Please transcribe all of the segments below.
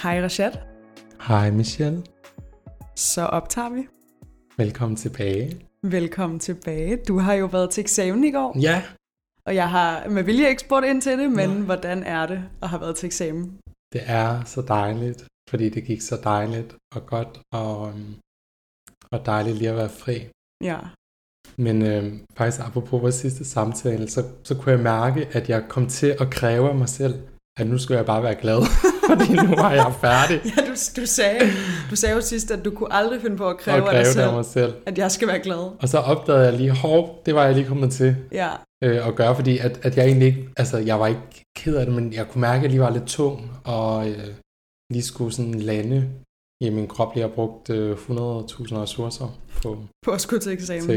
Hej Rashad. Hej Michelle. Så optager vi. Velkommen tilbage. Velkommen tilbage. Du har jo været til eksamen i går. Ja. Og jeg har med vilje ikke spurgt ind til det, men hvordan er det at have været til eksamen? Det er så dejligt, fordi det gik så dejligt og godt, og dejligt lige at være fri. Ja. Men faktisk apropos vores sidste samtale, så kunne jeg mærke, at jeg kom til at kræve af mig selv, at nu skulle jeg bare være glad, fordi nu var jeg færdig. Ja, du sagde jo sidst, at du kunne aldrig finde på at kræve af dig selv, at jeg skal være glad. Og så opdagede jeg lige, det var jeg lige kommet til at gøre, fordi at jeg egentlig ikke, altså jeg var ikke ked af det, men jeg kunne mærke, at jeg lige var lidt tung, og lige skulle sådan lande i min krop. Lige har brugt 100.000 ressourcer på at skulle til eksamen.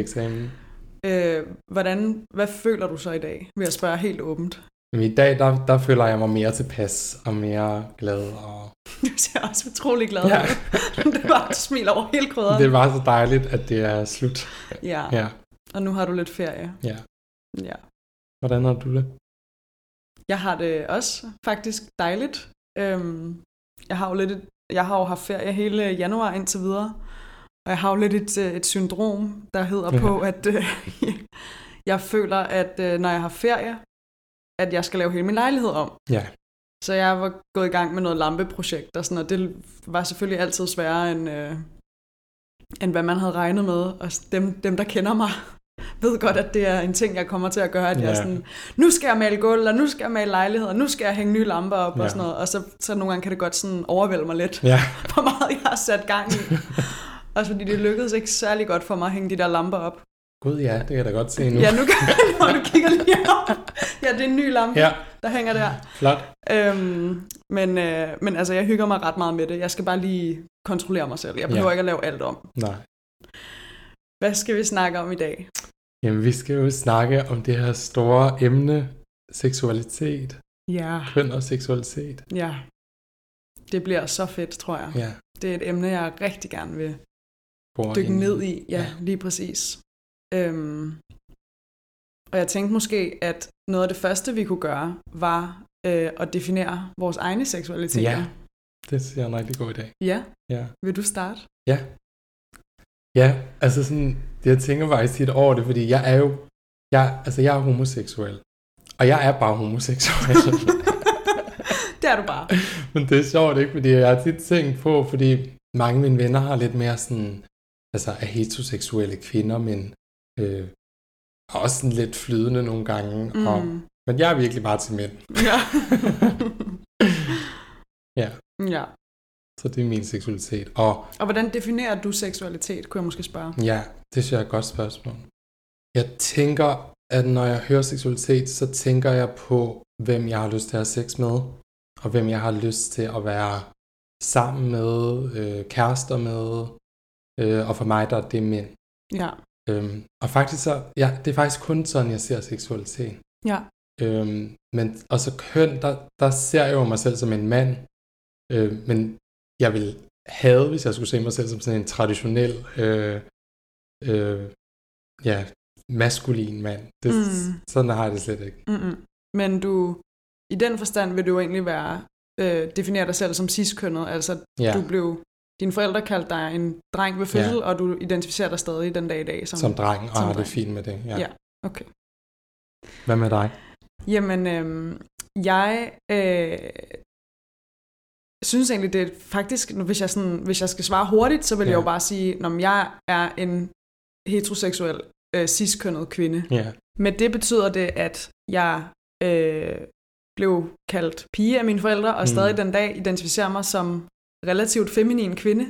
Hvad føler du så i dag, ved at spørge helt åbent? Men i dag, der føler jeg mig mere tilpas og mere glad. Og... Du ser også utrolig glad ud. Ja. Det var et smil over hele krydderen. Det var så dejligt, at det er slut. Ja. Og nu har du lidt ferie. Ja. Hvordan har du det? Jeg har det også faktisk dejligt. Jeg har jo haft ferie hele januar indtil videre. Og jeg har jo lidt et syndrom, der hedder på, at jeg føler, at når jeg har ferie, at jeg skal lave hele min lejlighed om. Ja. Så jeg var gået i gang med noget lampeprojekt og sådan, og det var selvfølgelig altid sværere end hvad man havde regnet med. Og dem der kender mig, ved godt, at det er en ting, jeg kommer til at gøre, at jeg sådan, nu skal jeg male gulv, og nu skal jeg male lejlighed, og nu skal jeg hænge nye lamper op og sådan noget. Og så nogle gange kan det godt sådan overvælde mig lidt, hvor meget jeg har sat gang i. Også fordi det lykkedes ikke særlig godt for mig at hænge de der lamper op. Gud ja, det kan jeg da godt se nu. Ja, når du kigger lige op. Ja, det er en ny lampe, der hænger der. Flot. Men altså, jeg hygger mig ret meget med det. Jeg skal bare lige kontrollere mig selv. Jeg behøver ikke at lave alt om. Nej. Hvad skal vi snakke om i dag? Jamen, vi skal jo snakke om det her store emne, seksualitet. Ja. Køn og seksualitet. Ja. Det bliver så fedt, tror jeg. Ja. Det er et emne, jeg rigtig gerne vil dykke ned i. Ja, lige præcis. Og jeg tænkte måske, at noget af det første, vi kunne gøre, var at definere vores egne seksualiteter. Ja, det ser jeg en rigtig god idé. Ja. Vil du starte? Ja, altså sådan, det jeg tænker faktisk tit over det, fordi jeg er homoseksuel. Og jeg er bare homoseksuel. Det er du bare. Men det er sjovt, ikke? Fordi jeg har tit tænkt på, fordi mange af mine venner har lidt mere sådan, altså er heteroseksuelle kvinder, men også sådan lidt flydende nogle gange. Men jeg er virkelig bare til mænd. Ja. Så det er min seksualitet. Og hvordan definerer du seksualitet, kunne jeg måske spørge? Ja, det synes jeg er et godt spørgsmål. Jeg tænker, at når jeg hører seksualitet, så tænker jeg på, hvem jeg har lyst til at have sex med, og hvem jeg har lyst til at være sammen med, kærester med, og for mig der er det mænd. Ja. Og faktisk så, det er faktisk kun sådan, jeg ser seksualitet. Ja. Men og så køn, der ser jeg jo mig selv som en mand, men jeg vil have, hvis jeg skulle se mig selv som sådan en traditionel, maskulin mand. Sådan har jeg det slet ikke. Men i den forstand vil du jo egentlig definere dig selv som cis-kønnet, altså dine forældre kaldte dig en dreng ved fødsel, og du identificerer dig stadig den dag i dag som dreng, og har det fint med det. Ja, okay. Hvad med dig? Jamen, jeg synes egentlig, det er faktisk, hvis jeg skal svare hurtigt, så vil jeg jo bare sige, at jeg er en heteroseksuel, cis-kønnet kvinde. Ja. Men det betyder det, at jeg blev kaldt pige af mine forældre, og stadig den dag identificerer mig som relativt feminin kvinde,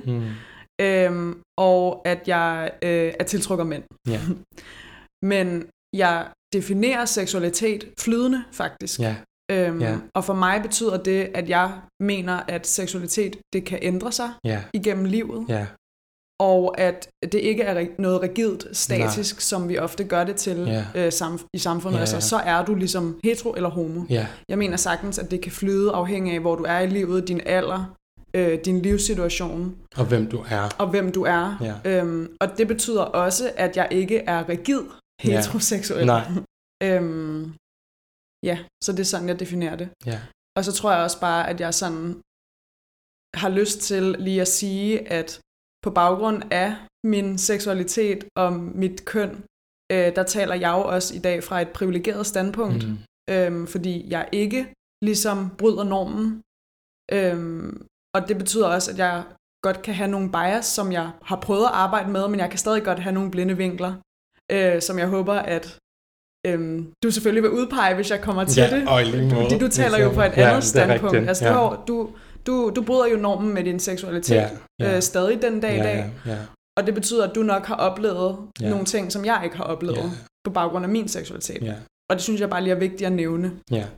og at jeg er tiltrukket mænd. Ja. Men jeg definerer seksualitet flydende, faktisk. Ja. Og for mig betyder det, at jeg mener, at seksualitet, det kan ændre sig igennem livet. Ja. Og at det ikke er noget rigidt, statisk, som vi ofte gør det til i samfundet. Altså, så er du ligesom hetero eller homo. Jeg mener sagtens, at det kan flyde afhængig af, hvor du er i livet, din alder, din livssituation. Og hvem du er. Og det betyder også, at jeg ikke er rigid heteroseksuel. Nej. Ja, så det er sådan, jeg definerer det. Ja. Og så tror jeg også bare, at jeg sådan har lyst til lige at sige, at på baggrund af min seksualitet og mit køn, der taler jeg jo også i dag fra et privilegeret standpunkt, fordi jeg ikke ligesom bryder normen. Og det betyder også, at jeg godt kan have nogle bias, som jeg har prøvet at arbejde med, men jeg kan stadig godt have nogle blinde vinkler, som jeg håber, at du selvfølgelig vil udpege, hvis jeg kommer til det. Fordi du taler jo fra et andet standpunkt. Altså, du bryder jo normen med din seksualitet stadig den dag i dag. Og det betyder, at du nok har oplevet nogle ting, som jeg ikke har oplevet på baggrund af min seksualitet. Og det synes jeg bare lige er vigtigt at nævne.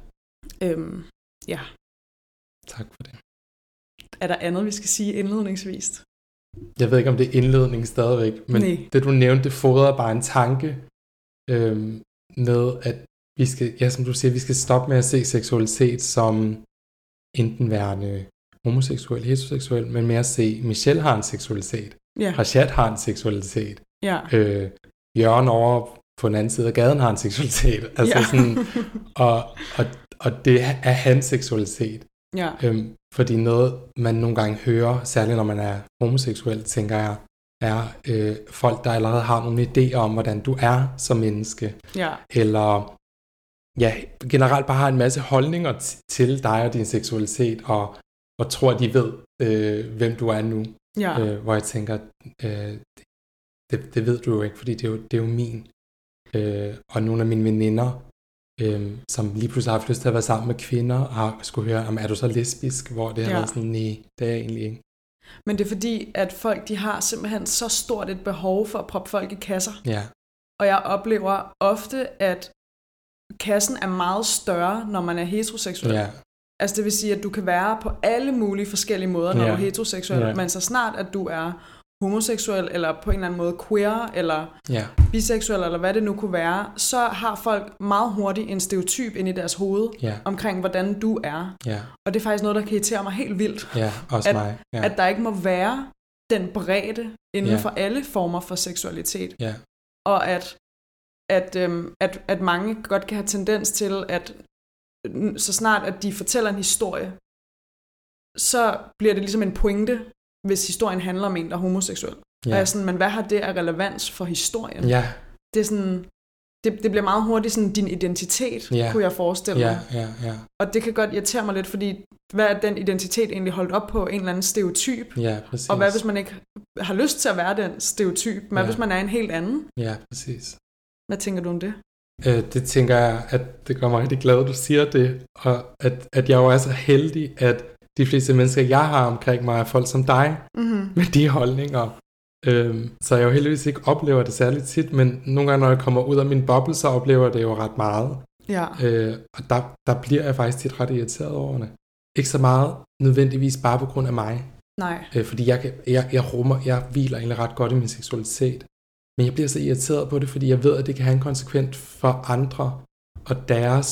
Tak for det. Er der andet, vi skal sige indledningsvis? Jeg ved ikke, om det er indledning stadigvæk, men det du nævnte, det fodrer bare en tanke med, at vi skal, som du siger, vi skal stoppe med at se seksualitet som enten værende homoseksuel, heteroseksuel, men mere at se, Michelle har en seksualitet, Rashad har en seksualitet, Jørgen over på den anden side af gaden har en seksualitet, altså sådan, og det er hans seksualitet. Fordi noget, man nogle gange hører, særligt når man er homoseksuel, tænker jeg, er folk, der allerede har nogle idéer om, hvordan du er som menneske. Eller generelt bare har en masse holdninger til dig og din seksualitet, og tror, de ved, hvem du er nu. Hvor jeg tænker, det ved du jo ikke, fordi det er jo min. Og nogle af mine veninder, som lige pludselig har haft lyst til at være sammen med kvinder, har skulle høre, er du så lesbisk? Hvor det har været sådan, nej, det er jeg egentlig ikke. Men det er fordi, at folk, de har simpelthen så stort et behov for at proppe folk i kasser. Og jeg oplever ofte, at kassen er meget større, når man er heteroseksuel. Altså det vil sige, at du kan være på alle mulige forskellige måder, når du er heteroseksuel, men så snart, at du er homoseksuel, eller på en eller anden måde queer, eller biseksuel, eller hvad det nu kunne være, så har folk meget hurtigt en stereotyp ind i deres hoved, omkring hvordan du er. Og det er faktisk noget, der kan irritere mig helt vildt. Også mig. At der ikke må være den bredde inden for alle former for seksualitet. Og at mange godt kan have tendens til, at så snart, at de fortæller en historie, så bliver det ligesom en pointe, hvis historien handler om en, der er homoseksuel. Og jeg er sådan, men hvad har det af relevans for historien? Det er sådan, det bliver meget hurtigt sådan din identitet, kunne jeg forestille mig. Og det kan godt irritere mig lidt, fordi hvad er den identitet egentlig holdt op på? En eller anden stereotyp? Og hvad hvis man ikke har lyst til at være den stereotyp? Hvad hvis man er en helt anden? Præcis. Hvad tænker du om det? Det tænker jeg, at det gør mig rigtig glad, at du siger det, og at jeg jo er så heldig, at de fleste mennesker, jeg har omkring mig, er folk som dig, med de holdninger. Så jeg jo heldigvis ikke oplever det særligt tit, men nogle gange, når jeg kommer ud af min boble, så oplever jeg det jo ret meget. Og der bliver jeg faktisk tit ret irriteret over det. Ikke så meget nødvendigvis bare på grund af mig. Fordi jeg hviler egentlig ret godt i min seksualitet. Men jeg bliver så irriteret på det, fordi jeg ved, at det kan have en konsekvens for andre, og deres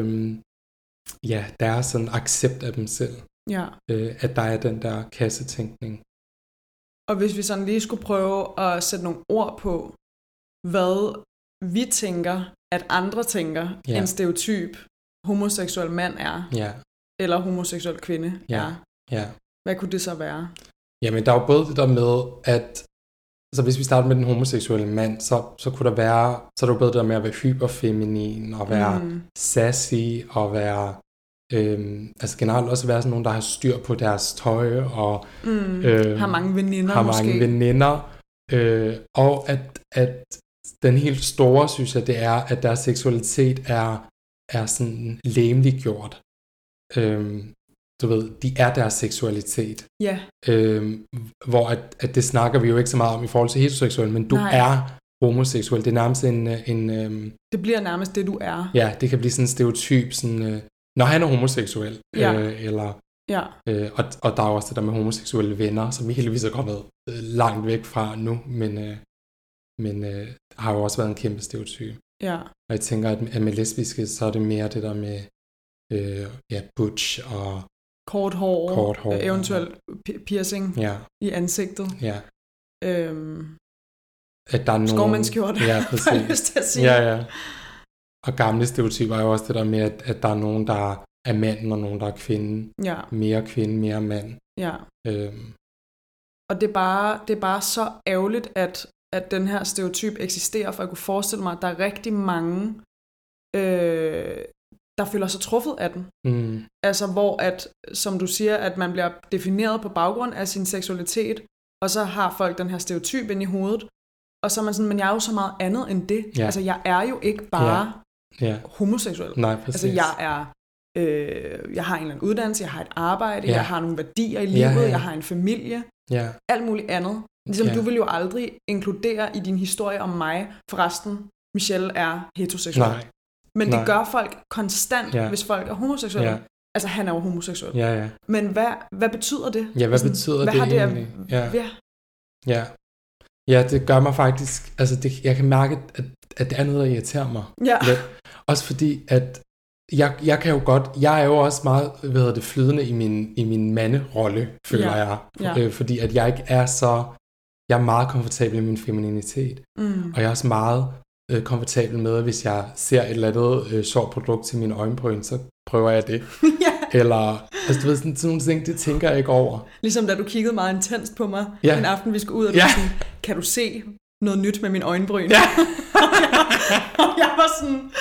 sådan accept af dem selv. At der er den der kassetænkning. Og hvis vi sådan lige skulle prøve at sætte nogle ord på, hvad vi tænker, at andre tænker, en stereotyp homoseksuel mand er, eller homoseksuel kvinde er. Hvad kunne det så være? Jamen, der er jo både det der med, at så hvis vi starter med den homoseksuelle mand, så kunne der være, så er der jo både det der med at være hyperfeminin, og være sassy, og være altså generelt også være sådan nogen, der har styr på deres tøj, og har mange veninder, og at den helt store, synes jeg, det er, at deres seksualitet er sådan legemliggjort. Du ved, de er deres seksualitet. Hvor at det snakker vi jo ikke så meget om i forhold til heteroseksuel, men du er homoseksuel. Det er nærmest det bliver nærmest det, du er. Ja, det kan blive sådan en stereotyp, sådan, når han er homoseksuel. Og der er også det der med homoseksuelle venner, som vi heldigvis er kommet langt væk fra nu, men har jo også været en kæmpe stereotyp. Og jeg tænker, at med lesbiske, så er det mere det der med butch og kort hår eventuelt piercing i ansigtet. At der er nogle skovmandskjorte, har jeg lyst til at sige. Og gamle stereotyper er jo også det der med, at der er nogen, der er manden, og nogen, der er kvinden. Mere kvinde, mere mand. Ja. Og det er bare så ærgerligt, at den her stereotyp eksisterer, for jeg kunne forestille mig, at der er rigtig mange, der føler sig truffet af den. Altså hvor, at, som du siger, at man bliver defineret på baggrund af sin seksualitet, og så har folk den her stereotyp ind i hovedet, og så er man sådan, men jeg er jo så meget andet end det. Ja. Altså jeg er jo ikke bare homoseksuel. Nej, præcis. Altså jeg har en eller anden uddannelse, jeg har et arbejde, jeg har nogle værdier i livet, jeg har en familie, alt muligt andet. Ligesom du vil jo aldrig inkludere i din historie om mig, forresten, Michelle er heteroseksuel. Nej. Men det gør folk konstant, hvis folk er homoseksuelle. Altså han er jo homoseksuel. Men hvad betyder det? Ja, hvad betyder hvad det har egentlig? Ja, det gør mig faktisk, altså jeg kan mærke, at det er noget, der irriterer mig lidt. Også fordi, at jeg kan jo godt, jeg er jo også meget, flydende i min manderolle, føler jeg. Fordi at jeg ikke er så, jeg er meget komfortabel i min femininitet. Og jeg er også meget komfortabel med, at hvis jeg ser et eller andet sjovt produkt til mine øjenbryn, så prøver jeg det. Eller, altså du ved, sådan nogle ting, det tænker jeg ikke over. Ligesom da du kiggede meget intenst på mig en aften, vi skulle ud, og du sådan, kan du se noget nyt med mine øjenbryn? Og jeg var sådan,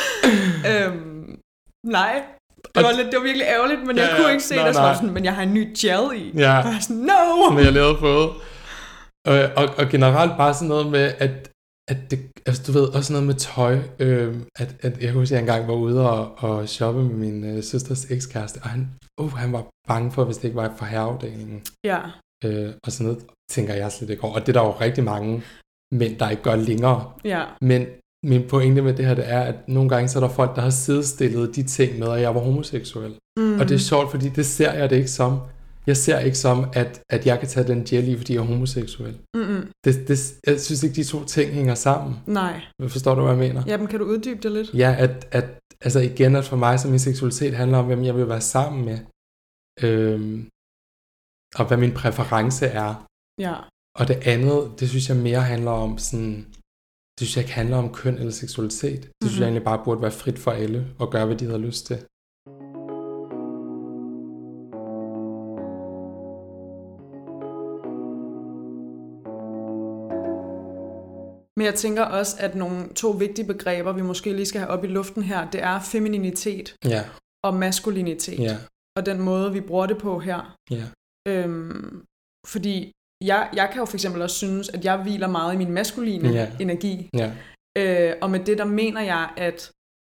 nej. Det var virkelig ærgerligt, men jeg kunne ikke se det. Så var sådan, men jeg har en ny gel i. Og jeg var sådan, no! Men jeg lavede på. Og generelt bare sådan noget med, at det, altså du ved, også noget med tøj, at jeg husker, at jeg engang var ude og shoppe med min søsters ekskæreste, og han var bange for, hvis det ikke var for herreafdelingen. Og sådan noget tænker jeg slet ikke over. Og det er der jo rigtig mange mænd, der ikke gør længere. Men min pointe med det her, det er, at nogle gange så er der folk, der har sidestillet de ting med, at jeg var homoseksuel. Og det er sjovt, fordi det ser jeg det ikke som. Jeg ser ikke som, at jeg kan tage den gel i, fordi jeg er homoseksuel. Jeg synes ikke, de to ting hænger sammen. Nej. Forstår du, hvad jeg mener? Ja, men kan du uddybe det lidt? Ja, altså igen, at for mig, så min seksualitet handler om, hvem jeg vil være sammen med. Og hvad min præference er. Og det andet, det synes jeg mere handler om sådan, det synes jeg ikke handler om køn eller seksualitet. Det synes jeg egentlig bare burde være frit for alle, og gøre, hvad de havde lyst til. Men jeg tænker også, at nogle to vigtige begreber, vi måske lige skal have op i luften her, det er femininitet og maskulinitet. Og den måde, vi bruger det på her. Fordi jeg kan jo for eksempel også synes, at jeg hviler meget i min maskuline energi. Og med det, der mener jeg, at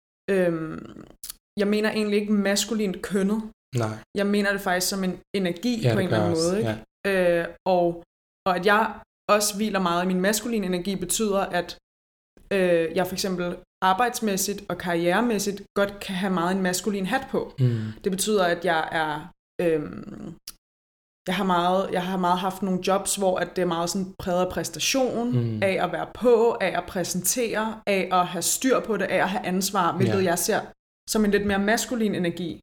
jeg mener egentlig ikke maskulint kønnet. Nej. Jeg mener det faktisk som en energi på en eller anden måde. Ikke? Og at jeg også hviler meget i min maskuline energi, betyder, at jeg for eksempel arbejdsmæssigt og karrieremæssigt godt kan have meget en maskulin hat på. Det betyder, at jeg er jeg har meget haft nogle jobs, hvor at det er meget sådan præget af præstation, af at være på, af at præsentere, af at have styr på det, af at have ansvar, hvilket jeg ser som en lidt mere maskulin energi.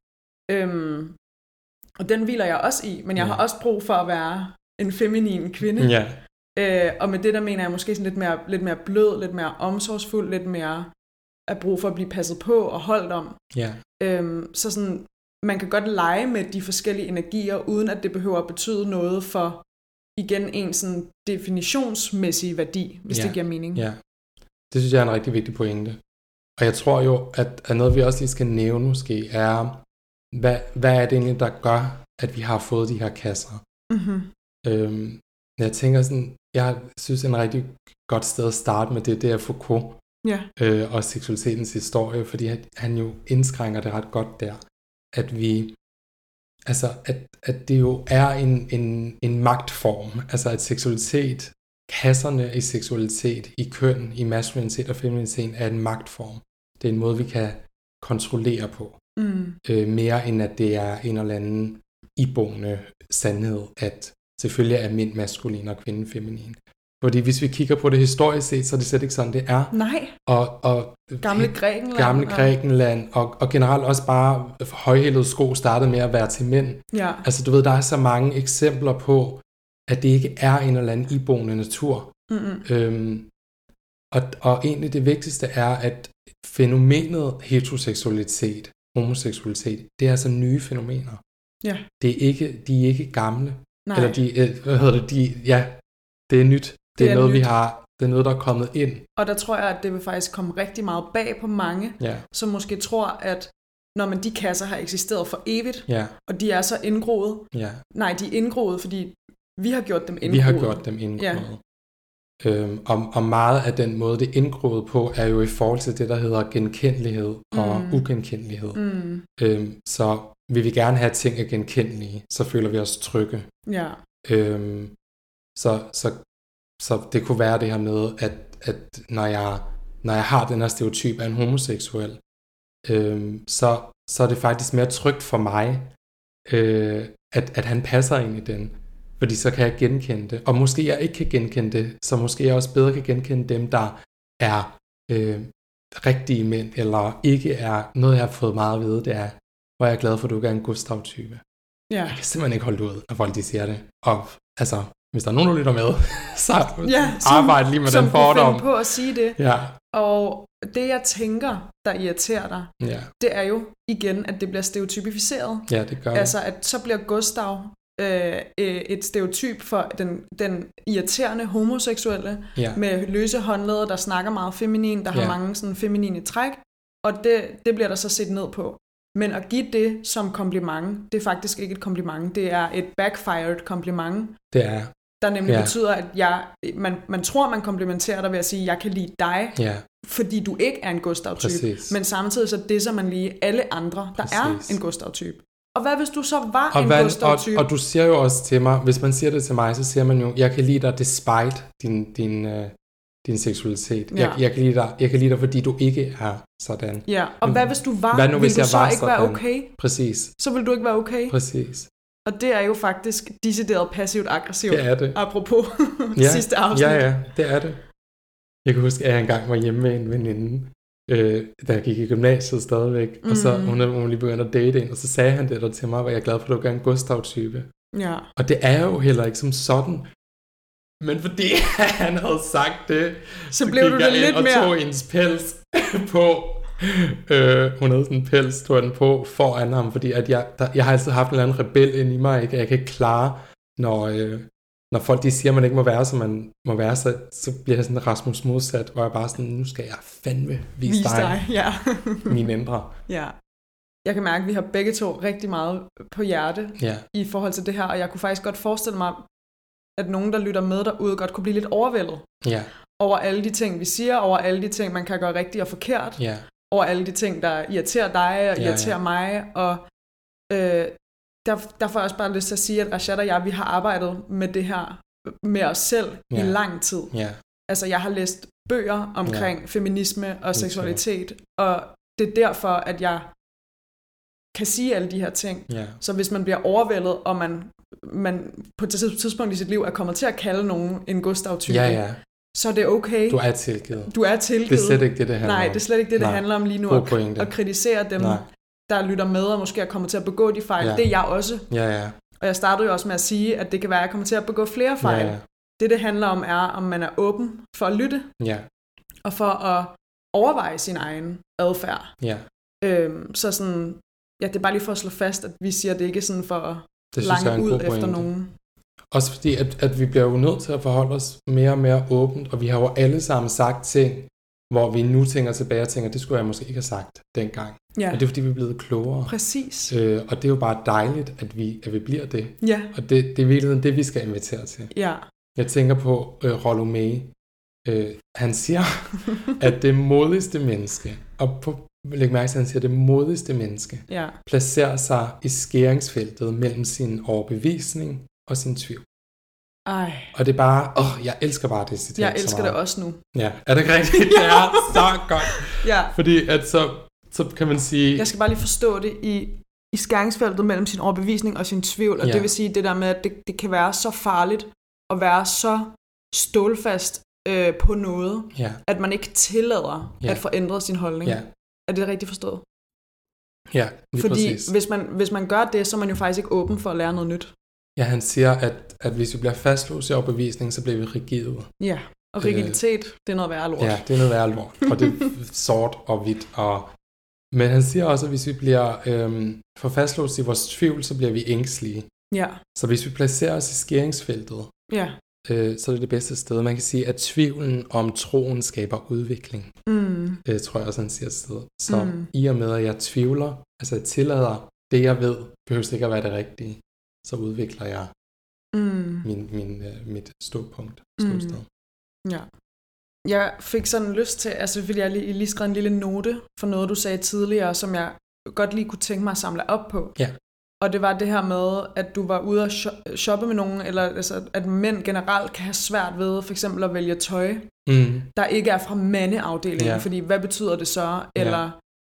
Og den hviler jeg også i, men jeg har også brug for at være en feminin kvinde. Og med det der mener jeg måske sådan lidt mere blød, lidt mere omsorgsfuld, lidt mere at brug for at blive passet på og holdt om. Så sådan, man kan godt lege med de forskellige energier, uden at det behøver at betyde noget for igen en sådan definitionsmæssig værdi, hvis det giver mening. Det synes jeg er en rigtig vigtig pointe. Og jeg tror jo, at noget vi også lige skal nævne måske er, hvad er det egentlig, der gør, at vi har fået de her kasser? Jeg tænker sådan, jeg synes en rigtig godt sted at starte med det er Foucault og seksualitetens historie, fordi han jo indskrænker det ret godt der, at vi, altså at det jo er en magtform, altså at seksualitet, kasserne i seksualitet, i køn, i maskulinitet og femininitet er en magtform. Det er en måde, vi kan kontrollere på. Mere end at det er en eller anden iboende sandhed, at selvfølgelig er mænd maskulin og kvinde feminin. Fordi hvis vi kigger på det historisk set, så er det slet ikke sådan, det er. Nej. Og Gamle Grækenland, og generelt også bare højhælede sko startede med at være til mænd. Altså du ved, der er så mange eksempler på, at det ikke er en eller anden iboende natur. Og egentlig det vigtigste er, at fænomenet heteroseksualitet, homoseksualitet, det er altså nye fænomener. Ja. De er ikke gamle. Nej. Eller det er nyt. Det er noget, nyt. vi har. Det er noget, der er kommet ind. Og der tror jeg, at det vil faktisk komme rigtig meget bag på mange, som måske tror, at når de kasser har eksisteret for evigt, og de er så indgroet. Nej, de er indgroet, fordi vi har gjort dem indgroet. Og meget af den måde, det er indgroet på, er jo i forhold til det, der hedder genkendelighed og ugenkendelighed. Så vil vi gerne have, at ting er genkendelige, så føler vi os trygge. Ja. Så det kunne være det her med, at når jeg har den her stereotyp af en homoseksuel, så er det faktisk mere trygt for mig, at han passer ind i den. Fordi så kan jeg genkende det. Og måske jeg ikke kan genkende det, så måske jeg også bedre kan genkende dem, der er rigtige mænd, eller ikke er noget, jeg har fået meget at vide, det er, hvor jeg er glad for, at du ikke er en Gustav-type. Ja. Jeg kan simpelthen ikke holde det ud, når folk de siger det. Og altså, hvis der er nogen, der lytter med, så arbejde lige med den fordom. Som på at sige det. Ja. Og det, jeg tænker, der irriterer dig, det er jo igen, at det bliver stereotypificeret. Ja, det gør det. Altså, at så bliver Gustav et stereotyp for den irriterende homoseksuelle med løse håndleder, der snakker meget feminin, der har mange sådan feminine træk, og det bliver der så set ned på. Men at give det som kompliment, det er faktisk ikke et kompliment, det er et backfired kompliment. Det er. Der nemlig betyder, at man tror, man komplimenterer dig ved at sige, at jeg kan lide dig, fordi du ikke er en Gustav-type. Men samtidig så disser man lige alle andre, der er en Gustav-type. Og hvad hvis du så var en Gustav-type? Og du siger jo også til mig, hvis man siger det til mig, så siger man jo, jeg kan lide dig despite din seksualitet. Jeg kan lide dig, fordi du ikke er sådan. Ja, og hvad hvis du var, nu, ville du så ikke være okay? Præcis. Så ville du ikke være okay? Præcis. Og det er jo faktisk decideret passivt-aggressivt. Det er det. Apropos sidste afsnit. Ja, det er det. Jeg kan huske, at jeg engang var hjemme med en veninde, da jeg gik i gymnasiet stadigvæk, og så hun lige begyndte at date en, og så sagde han det der til mig, hvor jeg er glad for, at du er en Gustav-type. Ja. Og det er jo heller ikke som sådan. Men fordi han havde sagt det, så blev du det lidt mere... og tog hendes pels på. Hun havde sådan en pels, tog den på foran ham, fordi at jeg har altid haft en eller anden rebel ind i mig, ikke? Jeg kan ikke klare, når folk de siger, at man ikke må være, som man må være, så bliver jeg sådan Rasmus modsat, hvor jeg bare sådan, nu skal jeg fandme vise dig mine indre. Ja. Jeg kan mærke, at vi har begge to rigtig meget på hjerte i forhold til det her, og jeg kunne faktisk godt forestille mig, at nogen, der lytter med derude, godt kunne blive lidt overvældet over alle de ting, vi siger, over alle de ting, man kan gøre rigtigt og forkert, over alle de ting, der irriterer dig og irriterer mig, og der får jeg også bare lyst til at sige, at Rashad og jeg, vi har arbejdet med det her med os selv i lang tid. Altså, jeg har læst bøger omkring feminisme og seksualitet, og det er derfor, at jeg kan sige alle de her ting. Så hvis man bliver overvældet, og man på et tidspunkt i sit liv er kommet til at kalde nogen en Gustav-type, så er det okay. Du er tilgivet. Det er slet ikke det, det handler om. Nej, det er slet ikke det, det handler om lige nu. At kritisere dem, der lytter med, og måske er kommet til at begå de fejl. Det er jeg også. Og jeg startede jo også med at sige, at det kan være, at jeg kommer til at begå flere fejl. Det handler om, er, om man er åben for at lytte, og for at overveje sin egen adfærd. Så sådan, det er bare lige for at slå fast, at vi siger, at det ikke er sådan for at lange ud efter nogen. Også fordi, at vi bliver jo nødt til at forholde os mere og mere åbent, og vi har jo alle sammen sagt ting, hvor vi nu tænker tilbage og tænker, det skulle jeg måske ikke have sagt dengang. Og det er fordi, vi er blevet klogere. Præcis. Og det er jo bare dejligt, at vi bliver det. Og det er virkelig det, vi skal invitere til. Jeg tænker på Rollo May. Han siger, at det modigste menneske, og læg mærke til, at han siger, at det modigste menneske placerer sig i skæringsfeltet mellem sin overbevisning og sin tvivl. Og det er bare, jeg elsker bare det citat. Jeg elsker det også nu. Ja, er det ikke rigtigt? Det er så godt. Fordi at så kan man sige... Jeg skal bare lige forstå det i skæringsfeltet mellem sin overbevisning og sin tvivl, og det vil sige det der med, at det kan være så farligt at være så stålfast på noget, at man ikke tillader at få ændret sin holdning. Er det rigtigt forstået? Ja, lige fordi præcis. hvis man gør det, så er man jo faktisk ikke åben for at lære noget nyt. Ja, han siger, at hvis vi bliver fastlåst i overbevisning, så bliver vi rigide. Ja, og rigiditet, det er noget værre lort. Ja, det er noget værre lort. Og det er sort og hvidt, og Men han siger også, at hvis vi bliver for fastlåst i vores tvivl, så bliver vi ængstelige. Ja. Så hvis vi placerer os i skæringsfeltet, Ja. Så er det det bedste sted. Man kan sige, at tvivlen om troen skaber udvikling. Tror jeg også, han siger et sted. Så i og med, at jeg tvivler, altså jeg tillader det, jeg ved, behøver ikke at være det rigtige, så udvikler jeg mit ståpunkt. Ståsted. Ja. Jeg fik sådan lyst til, altså fordi jeg lige skrev en lille note for noget, du sagde tidligere, som jeg godt lige kunne tænke mig at samle op på. Ja. Og det var det her med, at du var ude at shoppe med nogen, eller altså, at mænd generelt kan have svært ved for eksempel at vælge tøj, der ikke er fra mandeafdelingen, fordi hvad betyder det så? Eller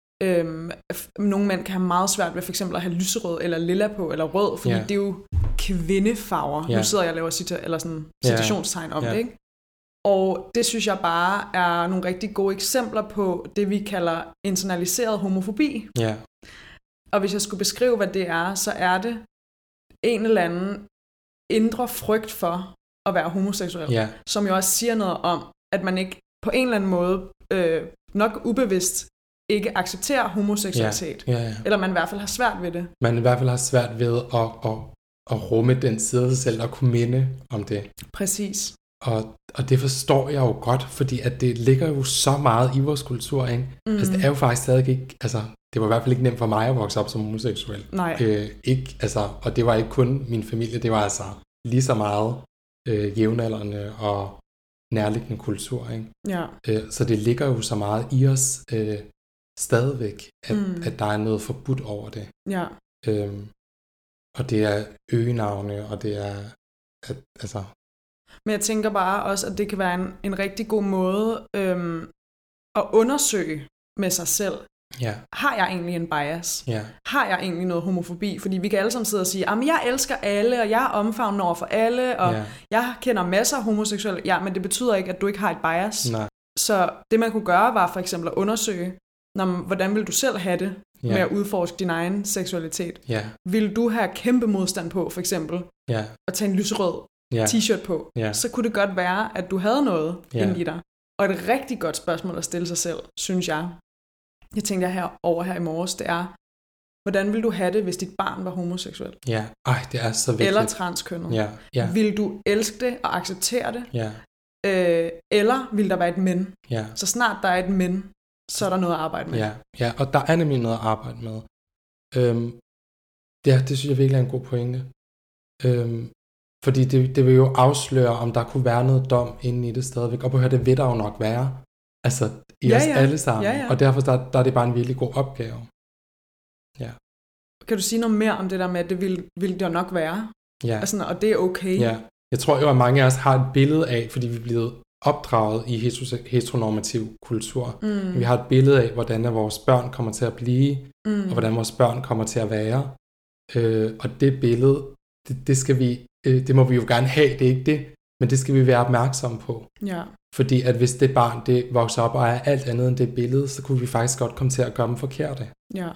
nogle mænd kan have meget svært ved for eksempel at have lyserød eller lilla på, eller rød, fordi det er jo kvindefarver. Nu sidder jeg og laver citationstegn om det, ikke? Og det synes jeg bare er nogle rigtig gode eksempler på det, vi kalder internaliseret homofobi. Ja. Og hvis jeg skulle beskrive, hvad det er, så er det en eller anden indre frygt for at være homoseksuel, som jo også siger noget om, at man ikke på en eller anden måde, nok ubevidst, ikke accepterer homoseksualitet. Eller man i hvert fald har svært ved det. Man i hvert fald har svært ved at rumme den side af sig selv og kunne minde om det. Præcis. Og det forstår jeg jo godt, fordi at det ligger jo så meget i vores kultur, ikke? Altså det er jo faktisk stadig ikke, altså det var i hvert fald ikke nemt for mig at vokse op som homoseksuel. Nej. Ikke, altså, og det var ikke kun min familie, det var altså lige så meget jævnaldrende og nærliggende kultur, ikke? Ja. Så det ligger jo så meget i os stadigvæk, at der er noget forbudt over det. Ja. Og det er øgenavne, og det er, altså... Men jeg tænker bare også, at det kan være en rigtig god måde at undersøge med sig selv. Ja. Har jeg egentlig en bias? Ja. Har jeg egentlig noget homofobi? Fordi vi kan alle sammen sidde og sige, at jeg elsker alle, og jeg er omfavnende over for alle, og jeg kender masser af homoseksuelle. Ja, men det betyder ikke, at du ikke har et bias. Nej. Så det man kunne gøre, var for eksempel at undersøge, hvordan vil du selv have det med at udforske din egen seksualitet? Ja. Vil du have kæmpe modstand på, for eksempel, at tage en lyserød t-shirt på? Så kunne det godt være, at du havde noget inde i dig. Og et rigtig godt spørgsmål at stille sig selv, synes jeg tænkte her i morges, det er, hvordan vil du have det, hvis dit barn var homoseksuel? Ja, det er så vigtigt. Eller transkønnet. Ja. Vil du elske det og acceptere det? Ja. Eller vil der være et men? Ja. Så snart der er et men, så er der noget at arbejde med. Ja, og der er nemlig noget at arbejde med. Det synes jeg virkelig er en god pointe. Fordi det vil jo afsløre, om der kunne være noget dom inde i det stadigvæk. Og på at høre, det vil der jo nok være. Altså, i os alle sammen. Og derfor der er det bare en virkelig god opgave. Ja. Kan du sige noget mere om det der med, at det vil det nok være? Ja. Altså, og det er okay? Ja. Jeg tror jo, at mange af os har et billede af, fordi vi er blevet opdraget i heteronormativ kultur. Vi har et billede af, hvordan vores børn kommer til at blive, og hvordan vores børn kommer til at være. Og det billede, det skal vi, det må vi jo gerne have, det er ikke det, men det skal vi være opmærksomme på. Ja. Fordi at hvis det barn, det vokser op og er alt andet end det billede, så kunne vi faktisk godt komme til at gøre dem forkerte. Ja.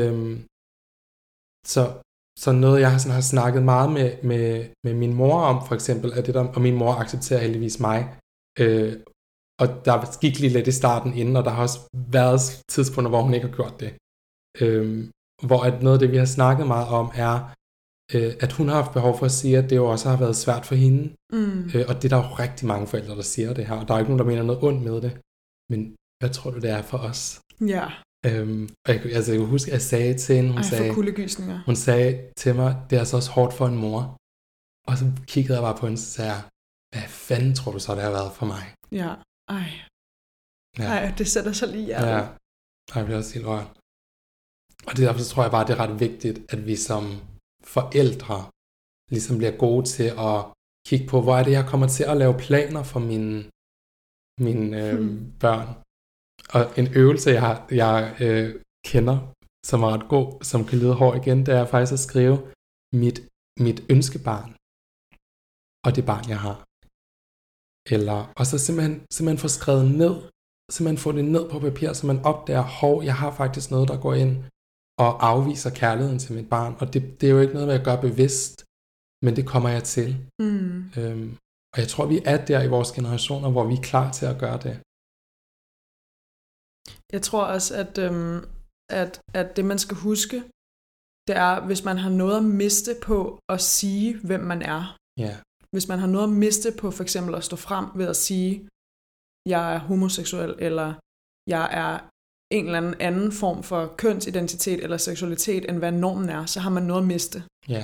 Så noget, jeg har snakket meget med min mor om, for eksempel, er det der, og min mor accepterer heldigvis mig. Og der gik lige lidt i starten inden, og der har også været tidspunkter, hvor hun ikke har gjort det. Hvor at noget af det, vi har snakket meget om, er, at hun har haft behov for at sige, at det jo også har været svært for hende. Og det er der jo rigtig mange forældre, der siger det her. Og der er ikke nogen, der mener noget ondt med det. Men hvad tror du, det er for os? Ja. Jeg kan huske, at jeg sagde til hende, hun sagde til mig, det er altså også hårdt for en mor. Og så kiggede jeg bare på hende, og så sagde jeg, hvad fanden tror du så, det har været for mig? Ja. Ej, det sætter sig lige hjertet. Ja, jeg bliver også helt rørt. Og derfor så tror jeg bare, det er ret vigtigt, at vi som forældre ligesom bliver gode til at kigge på, hvor er det, jeg kommer til at lave planer for mine børn. Og en øvelse, jeg kender, som er ret god, som kan lyde hård igen, det er faktisk at skrive mit ønskebarn og det barn, jeg har. Og så simpelthen få skrevet ned, simpelthen få det ned på papir, så man opdager, jeg har faktisk noget, der går ind og afviser kærligheden til mit barn. Og det er jo ikke noget, jeg gør bevidst, men det kommer jeg til. Og jeg tror, vi er der i vores generationer, hvor vi er klar til at gøre det. Jeg tror også, at det, man skal huske, det er, hvis man har noget at miste på at sige, hvem man er. Ja. Hvis man har noget at miste på for eksempel at stå frem ved at sige, jeg er homoseksuel, eller jeg er en eller anden form for kønsidentitet eller seksualitet, end hvad normen er, så har man noget at miste. Ja.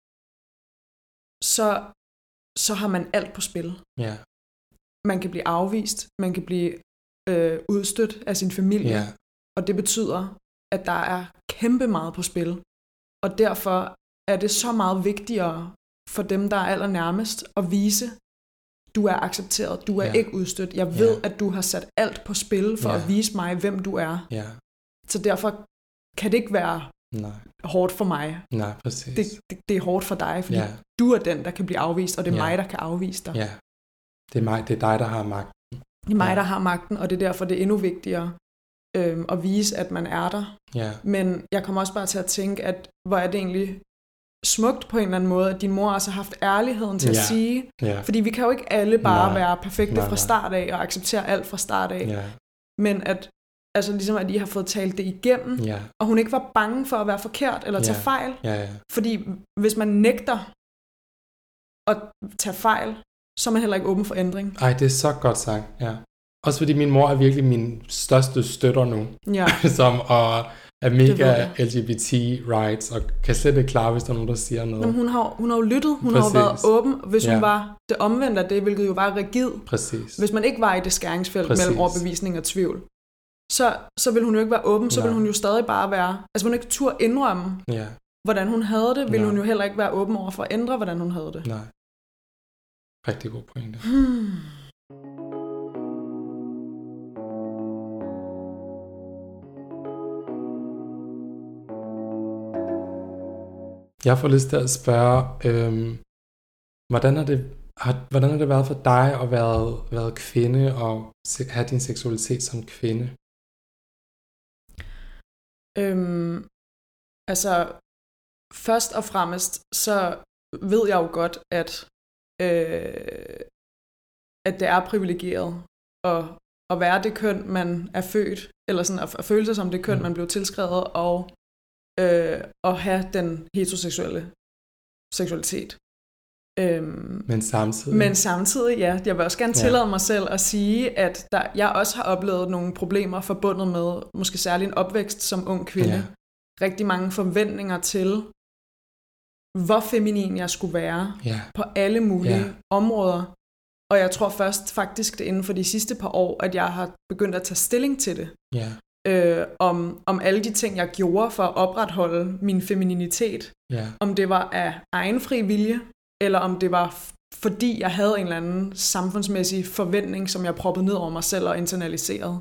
Så har man alt på spil. Ja. Man kan blive afvist, man kan blive udstødt af sin familie, Ja. og det betyder, at der er kæmpe meget på spil. Og derfor er det så meget vigtigere for dem, der er allernærmest, at vise, du er accepteret, du er ikke udstødt. Jeg ved, at du har sat alt på spil for at vise mig, hvem du er. Ja. Så derfor kan det ikke være hårdt for mig. Nej, præcis. Det er hårdt for dig, fordi du er den, der kan blive afvist, og det er mig, der kan afvise dig. Ja. Det er dig, der har magten. Det er mig, der har magten, og det er derfor, det er endnu vigtigere at vise, at man er der. Ja. Men jeg kommer også bare til at tænke, at hvor er det egentlig smukt på en eller anden måde, at din mor også har haft ærligheden til at sige, fordi vi kan jo ikke alle bare være perfekte fra start af, og acceptere alt fra start af. Ja. Men at, altså ligesom at I har fået talt det igennem, og hun ikke var bange for at være forkert, eller tage fejl. Fordi hvis man nægter at tage fejl, så er man heller ikke åben for ændring. Ej, det er så godt sagt, ja. Også fordi min mor er virkelig min største støtter nu. Ja. Som er mega LGBT rights, og kan slet ikke klare, hvis der er nogen, der siger noget. Jamen, hun har jo lyttet, hun har jo været åben, hvis hun var det omvendte af det, hvilket jo var rigid. Præcis. Hvis man ikke var i det skæringsfelt mellem overbevisning og tvivl, så ville hun jo ikke være åben, så ville hun jo stadig bare være, altså hun ikke turde indrømme, hvordan hun havde det, ville hun jo heller ikke være åben over for at ændre, hvordan hun havde det. Nej. Rigtig god pointe. Jeg får lyst til at spørge, hvordan har det været for dig at være kvinde og have din seksualitet som kvinde? Altså, først og fremmest, så ved jeg jo godt, at det er privilegeret at være det køn, man er født, eller sådan at føle sig som det køn, man blev tilskrevet, og at have den heteroseksuelle seksualitet. Men samtidig, ja. Jeg vil også gerne tillade mig selv at sige, at jeg også har oplevet nogle problemer forbundet med, måske særlig en opvækst som ung kvinde. Rigtig mange forventninger til, hvor feminin jeg skulle være på alle mulige områder. Og jeg tror først faktisk, det inden for de sidste par år, at jeg har begyndt at tage stilling til det. Om alle de ting, jeg gjorde for at opretholde min femininitet. Om det var af egen fri vilje, eller om det var fordi jeg havde en eller anden samfundsmæssig forventning, som jeg proppede ned over mig selv og internaliserede.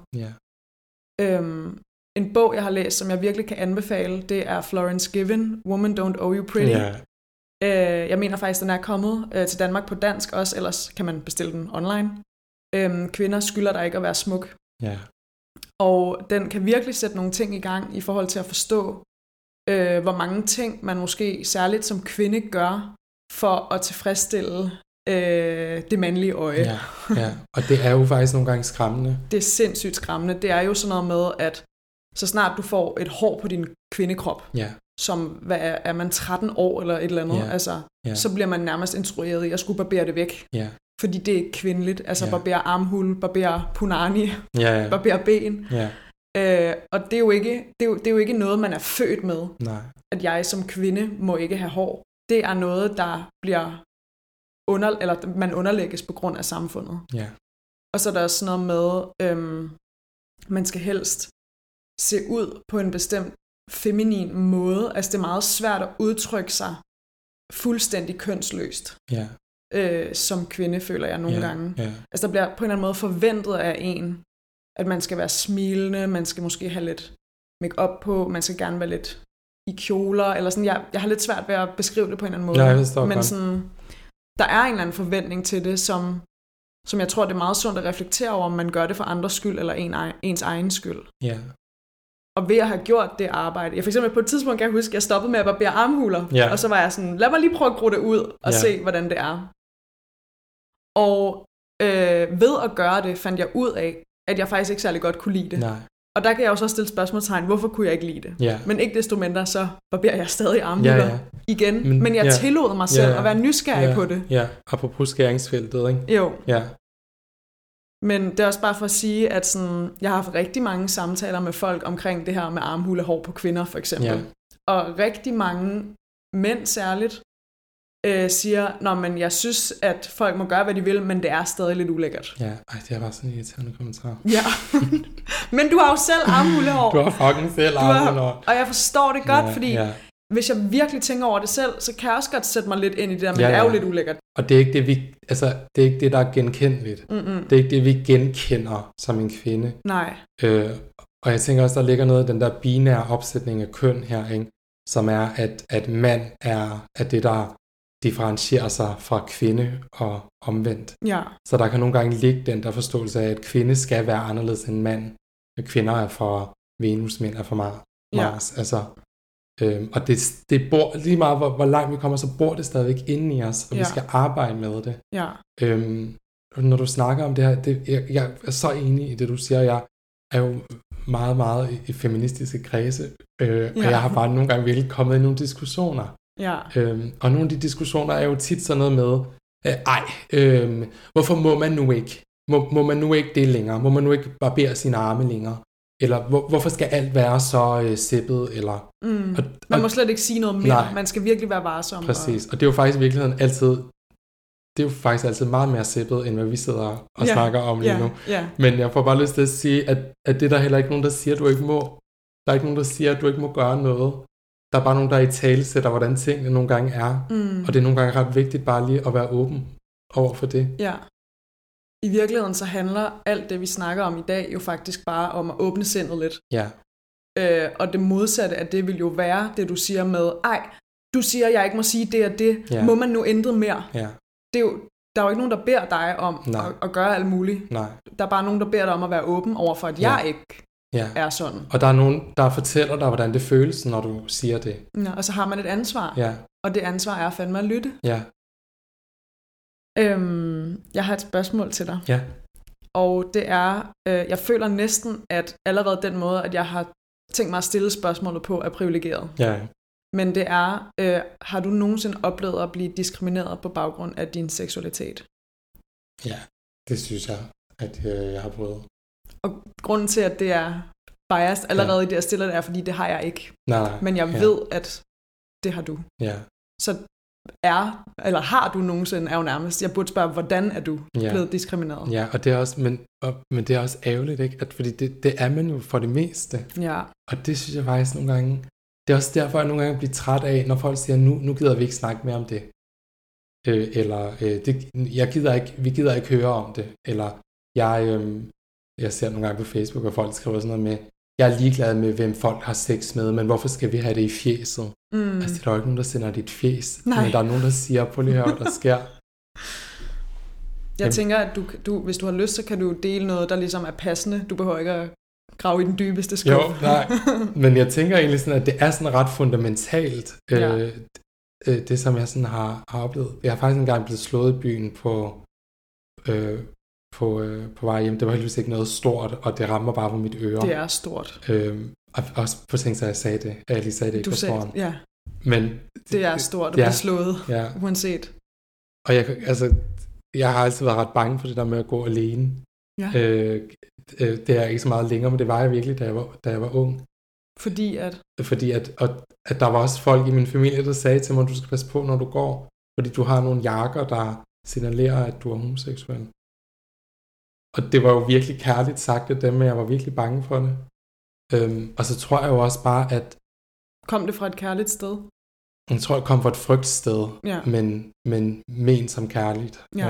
En bog, jeg har læst, som jeg virkelig kan anbefale, det er Florence Given, Woman Don't Owe You Pretty. Jeg mener faktisk, den er kommet til Danmark på dansk også, ellers kan man bestille den online. Kvinder skylder dig ikke at være smuk. Og den kan virkelig sætte nogle ting i gang i forhold til at forstå, hvor mange ting man måske særligt som kvinde gør for at tilfredsstille det mandlige øje. Og det er jo faktisk nogle gange skræmmende. Det er sindssygt skræmmende. Det er jo sådan noget med, at så snart du får et hår på din kvindekrop, som, hvad er man 13 år eller et eller andet, så bliver man nærmest instrueret i at skulle barbere det væk. Fordi det er ikke kvindeligt. Altså barbere armhul, barbere punani, barbere ben. Og det er jo ikke noget, man er født med. At jeg som kvinde må ikke have hår. Det er noget, der bliver man underlægges på grund af samfundet. Og så er der også sådan noget med, man skal helst se ud på en bestemt feminin måde. Altså det er meget svært at udtrykke sig fuldstændig kønsløst. Som kvinde, føler jeg nogle gange. Altså der bliver på en eller anden måde forventet af en, at man skal være smilende, man skal måske have lidt make-up på, man skal gerne være lidt i kjoler, eller sådan. Jeg har lidt svært ved at beskrive det på en eller anden måde. Men sådan, der er en eller anden forventning til det, som jeg tror, det er meget sundt at reflektere over, om man gør det for andres skyld, eller ens egen skyld. Og ved at have gjort det arbejde. Jeg for eksempel på et tidspunkt kan jeg huske, at jeg stoppede med at barbere armhuler, og så var jeg sådan, lad mig lige prøve at gro det ud, og se, hvordan det er. Og ved at gøre det, fandt jeg ud af, at jeg faktisk ikke særlig godt kunne lide det. Og der kan jeg også stille spørgsmålstegn, hvorfor kunne jeg ikke lide det? Ja. Men ikke desto mindre, så barberer jeg stadig armhuler igen. Men jeg tillod mig selv at være nysgerrig på det. Ja, apropos skæringsfeltet, ikke? Jo. Ja. Men det er også bare for at sige, at sådan, jeg har haft rigtig mange samtaler med folk omkring det her med armhulehår på kvinder, for eksempel. Ja. Og rigtig mange mænd særligt siger, men jeg synes, at folk må gøre, hvad de vil, men det er stadig lidt ulækkert. Ja, det er bare sådan en irriterende kommentar. Ja, men du har jo selv armhulehår. Du har fucking selv armhulehår. Og jeg forstår det godt, fordi hvis jeg virkelig tænker over det selv, så kan jeg også godt sætte mig lidt ind i det der, men det er jo lidt ulækkert. Og det er ikke det, det er ikke det, der er genkendeligt. Det er ikke det, vi genkender som en kvinde. Nej. Og jeg tænker også, der ligger noget af den der binære opsætning af køn her, ikke? Som er, at mand er det, der differentierer sig fra kvinde og omvendt. Ja. Så der kan nogle gange ligge den der forståelse af, at kvinde skal være anderledes end mand. Kvinder er for Venus, mænd er for Mars. Ja. Altså, og det bor lige meget, hvor langt vi kommer, så bor det stadigvæk inde i os, og vi skal arbejde med det. Ja. Når du snakker om det her, jeg er så enig i det, du siger. Jeg er jo meget, meget i feministiske kredse, og jeg har bare nogle gange virkelig kommet i nogle diskussioner. Ja. Og nogle af de diskussioner er jo tit sådan noget med, hvorfor må man nu ikke? Må man nu ikke det længere? Må man nu ikke barbere sine arme længere? Eller hvorfor skal alt være så sippet? Eller, man må slet ikke sige noget mere. Nej. Man skal virkelig være varsom. Præcis, og det er jo faktisk i virkeligheden altid meget mere sippet, end hvad vi sidder og snakker om lige nu. Men jeg får bare lyst til at sige, at det er der heller ikke nogen, der siger, at du ikke må. Der er ikke nogen, der siger, at du ikke må gøre noget. Der er bare nogen, der i tale sætter, hvordan tingene nogle gange er. Og det er nogle gange ret vigtigt bare lige at være åben over for det. Ja. I virkeligheden så handler alt det, vi snakker om i dag, jo faktisk bare om at åbne sindet lidt. Ja. Og det modsatte af det vil jo være det, du siger med, du siger, at jeg ikke må sige det og det. Ja. Må man nu ændre mere? Ja. Det er jo, der er jo ikke nogen, der beder dig om at gøre alt muligt. Nej. Der er bare nogen, der beder dig om at være åben over for, at jeg ikke er sådan. Og der er nogen, der fortæller dig, hvordan det føles, når du siger det. Ja, og så har man et ansvar. Ja. Og det ansvar er fandme at lytte. Ja. Jeg har et spørgsmål til dig. Ja. Og det er, jeg føler næsten, at allerede den måde, at jeg har tænkt mig at stille spørgsmålet på, er privilegeret. Ja. Men det er, har du nogensinde oplevet at blive diskrimineret på baggrund af din seksualitet? Ja, det synes jeg, at jeg har prøvet. Og grunden til, at det er biased allerede i det, jeg stiller det, er, fordi det har jeg ikke. Nej. Men jeg ved, at det har du. Ja. Så har du nogensinde, er jo nærmest, jeg burde spørge, hvordan er du blevet diskrimineret? Ja, og det er også, men det er også ærgerligt, ikke? Fordi det er man jo for det meste. Ja. Og det synes jeg faktisk nogle gange, det er også derfor, jeg nogle gange bliver træt af, når folk siger, nu gider vi ikke snakke mere om det. Vi gider ikke høre om det. Eller jeg ser nogle gange på Facebook, og folk skriver sådan noget med, jeg er ligeglad med, hvem folk har sex med, men hvorfor skal vi have det i fjeset? Altså, der er jo ikke nogen, der sender dit fjes. Nej. Men der er nogen, der siger, prøv lige at høre, hvad der sker. Jeg tænker, at du, hvis du har lyst, så kan du dele noget, der ligesom er passende. Du behøver ikke at grave i den dybeste skub. Jo, nej. Men jeg tænker egentlig sådan, at det er sådan ret fundamentalt, det som jeg sådan har oplevet. Jeg har faktisk engang blevet slået i byen på vej hjem. Det var heldigvis ikke noget stort, og det rammer bare på mit øre. Det er stort. Og også på ting, så jeg sagde det. Jeg lige sagde det ikke på foran. Ja. Men det er stort at blive slået, uanset. Og jeg har altid været ret bange for det der med at gå alene. Ja. Det er ikke så meget længere, men det var jeg virkelig, da jeg var ung. Fordi at der var også folk i min familie, der sagde til mig, at du skal passe på, når du går. Fordi du har nogle jakker, der signalerer, at du er homoseksuel. Og det var jo virkelig kærligt sagt af dem, men jeg var virkelig bange for det. Og så tror jeg jo også bare, at... Kom det fra et kærligt sted? Jeg tror, det kom fra et frygtsted, men ment som kærligt. Ja.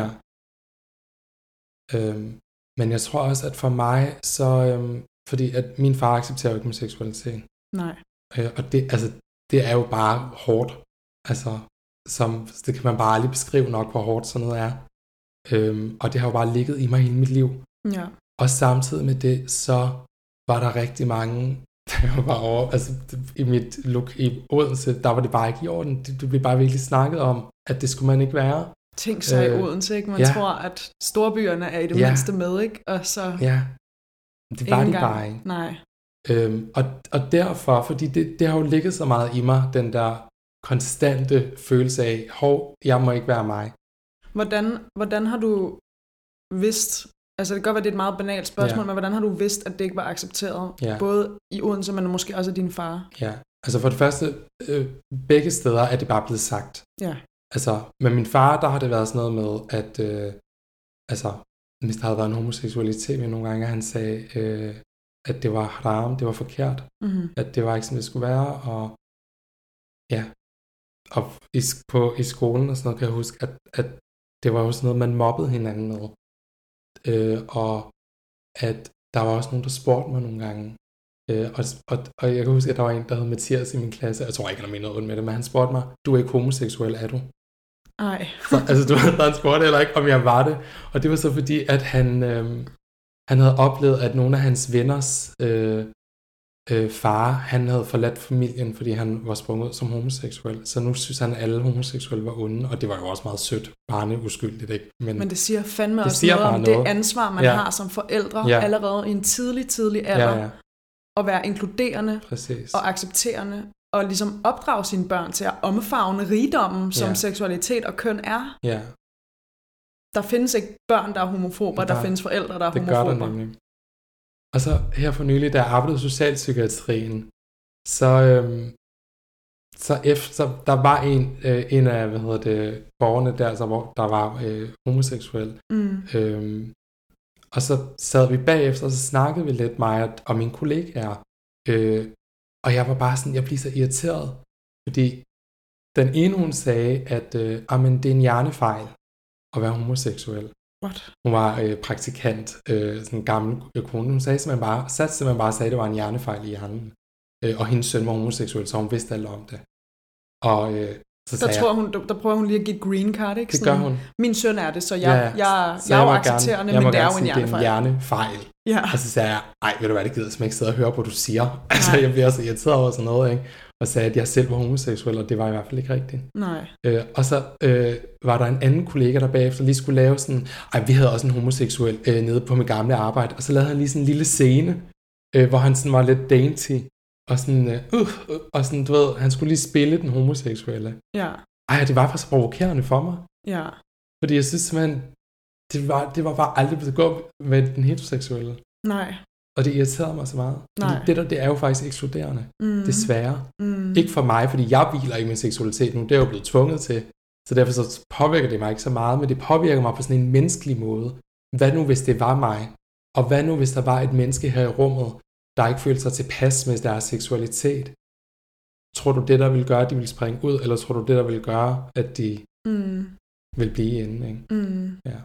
Men jeg tror også, at for mig, så... fordi at min far accepterer jo ikke min seksualitet. Nej. Og det er jo bare hårdt. Altså, det kan man bare aldrig beskrive nok, hvor hårdt sådan noget er. Og det har jo bare ligget i mig hele mit liv. Ja. Og samtidig med det, så var der rigtig mange, der var over, altså i mit look i Odense, der var det bare ikke i orden. Det blev bare virkelig snakket om, at det skulle man ikke være. Tænk så i Odense, ikke? Man tror, at storbyerne er i det mindste med, ikke? Og så... Ja. Det var de bare ikke. Nej. Og derfor, fordi det har jo ligget så meget i mig, den der konstante følelse af, jeg må ikke være mig. Hvordan har du vidst, altså det kan godt være, det er et meget banalt spørgsmål, men hvordan har du vidst, at det ikke var accepteret? Både i Odense, men måske også af din far? Ja, altså for det første, begge steder er det bare blevet sagt. Ja. Altså med min far, der har det været sådan noget med, at hvis der havde været en homoseksualitet med nogle gange, han sagde, at det var haram, det var forkert, at det var ikke sådan, det skulle være, og ja, og i skolen og sådan noget, kan jeg huske, at det var jo sådan noget, man mobbede hinanden med, og at der var også nogen, der spurgte mig nogle gange, og jeg kan huske, at der var en, der hed Mathias i min klasse, jeg tror ikke, han har noget ondt med det, men han spurgte mig, du er ikke homoseksuel, er du? Nej. Han spurgte heller ikke, om jeg var det, og det var så fordi, at han havde oplevet, at nogle af hans venners far, han havde forladt familien, fordi han var sprunget ud som homoseksuel. Så nu synes han, at alle homoseksuelle var onde, og det var jo også meget sødt, barneuskyldigt, ikke? Men det siger fandme også noget om det ansvar, man har som forældre, allerede i en tidlig alder, at være inkluderende og accepterende, og ligesom opdrage sine børn til at omfavne rigdommen, som seksualitet og køn er. Ja. Der findes ikke børn, der er homofober, der findes forældre, der er homofober. Det gør der nemlig. Og så her for nylig, da jeg arbejdede i socialpsykiatrien, så der var en af borgerne der, så, hvor der var homoseksuel. Og så sad vi bagefter, og så snakkede vi lidt, mig og mine kollegaer. Og jeg var bare sådan, jeg blev så irriteret, fordi den ene, hun sagde, at det er en hjernefejl at være homoseksuel. What? Hun var praktikant, sådan en gammel kone. Hun satte simpelthen bare sagde, at det var en hjernefejl i hjernen. Og hendes søn var homoseksuel, så hun vidste alt om det. Og så der prøver hun lige at give et green card, ikke? Det gør hun. Min søn er det, så jeg er jo accepterende, men det er jo en hjernefejl. Det er en hjernefejl. Ja. Og så sagde jeg, ved du hvad, det gider jeg ikke sidde og høre på, hvad du siger. Altså, jeg bliver så irriteret over sådan noget, ikke? Og sagde, at jeg selv var homoseksuel, og det var i hvert fald ikke rigtigt. Nej. Og så var der en anden kollega, der bagefter lige skulle lave sådan, vi havde også en homoseksuel nede på mit gamle arbejde, og så lavede han lige sådan en lille scene, hvor han sådan var lidt dainty, og sådan, og sådan, du ved, han skulle lige spille den homoseksuelle. Ja. Det var bare så provokerende for mig. Ja. Fordi jeg synes simpelthen, det var bare aldrig blevet gå med den heteroseksuelle. Nej. Og det irriterede mig så meget. Fordi det er jo faktisk ekskluderende. Desværre. Ikke for mig, fordi jeg hviler i min seksualitet nu. Det er jeg jo blevet tvunget til. Så derfor så påvirker det mig ikke så meget, men det påvirker mig på sådan en menneskelig måde. Hvad nu, hvis det var mig? Og hvad nu, hvis der var et menneske her i rummet, der ikke følte sig tilpas med deres seksualitet? Tror du, det der vil gøre, at de vil springe ud? Eller tror du, det der vil gøre, at de vil blive inde? Ikke? Ja.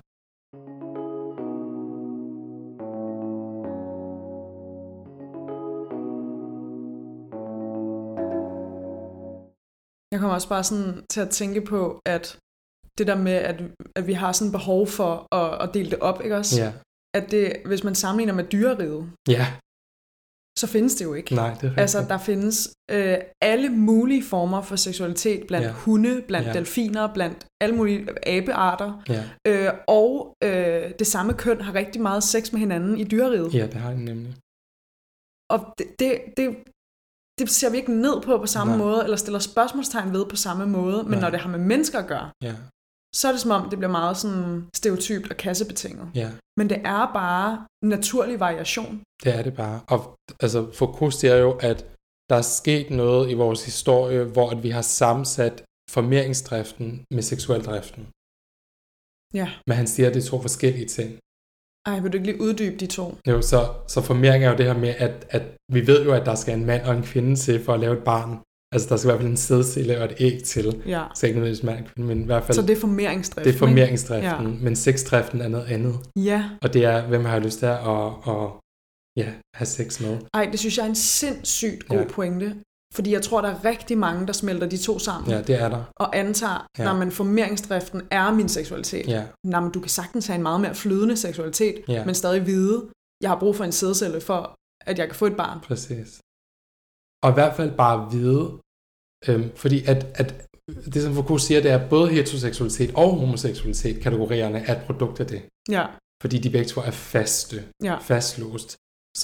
Jeg kommer også bare sådan til at tænke på, at det der med, at vi har sådan behov for at dele det op, ikke også? Ja. At det, hvis man sammenligner med dyreriget, så findes det jo ikke. Nej, det er rigtigt. Altså, der findes alle mulige former for seksualitet blandt hunde, blandt delfiner, blandt alle mulige abearter. Og det samme køn har rigtig meget sex med hinanden i dyreriget. Ja, det har den nemlig. Og det ser vi ikke ned på samme måde, eller stiller spørgsmålstegn ved på samme måde, men når det har med mennesker at gøre, så er det som om, det bliver meget sådan stereotypt og kassebetinget. Ja. Men det er bare naturlig variation. Det er det bare. Og altså, Foucault siger jo, at der er sket noget i vores historie, hvor at vi har sammensat formeringsdriften med seksueldriften. Ja. Men han siger, at det er to forskellige ting. Vil du ikke lige uddybe de to? Jo, så formering er jo det her med, at vi ved jo, at der skal en mand og en kvinde til for at lave et barn. Altså, der skal i hvert fald en sædcelle og et æg til. Ja. Så ikke nødvendigvis mand og kvinde, men i hvert fald... Så det er formeringsdriften, det er formeringsdriften, men sexdriften er noget andet. Ja. Og det er, hvem har lyst til at have sex med. Det synes jeg er en sindssygt god pointe. Fordi jeg tror, der er rigtig mange, der smelter de to sammen. Ja, det er der. Og antager, når formeringsdriften er min seksualitet. Ja. Men du kan sagtens have en meget mere flydende seksualitet, men stadig vide, jeg har brug for en sædcelle for, at jeg kan få et barn. Præcis. Og i hvert fald bare vide, fordi at det, som Foucault siger, det er både heteroseksualitet og homoseksualitet, kategorierne er et produkt af det. Ja. Fordi de begge to er fastlåst. Så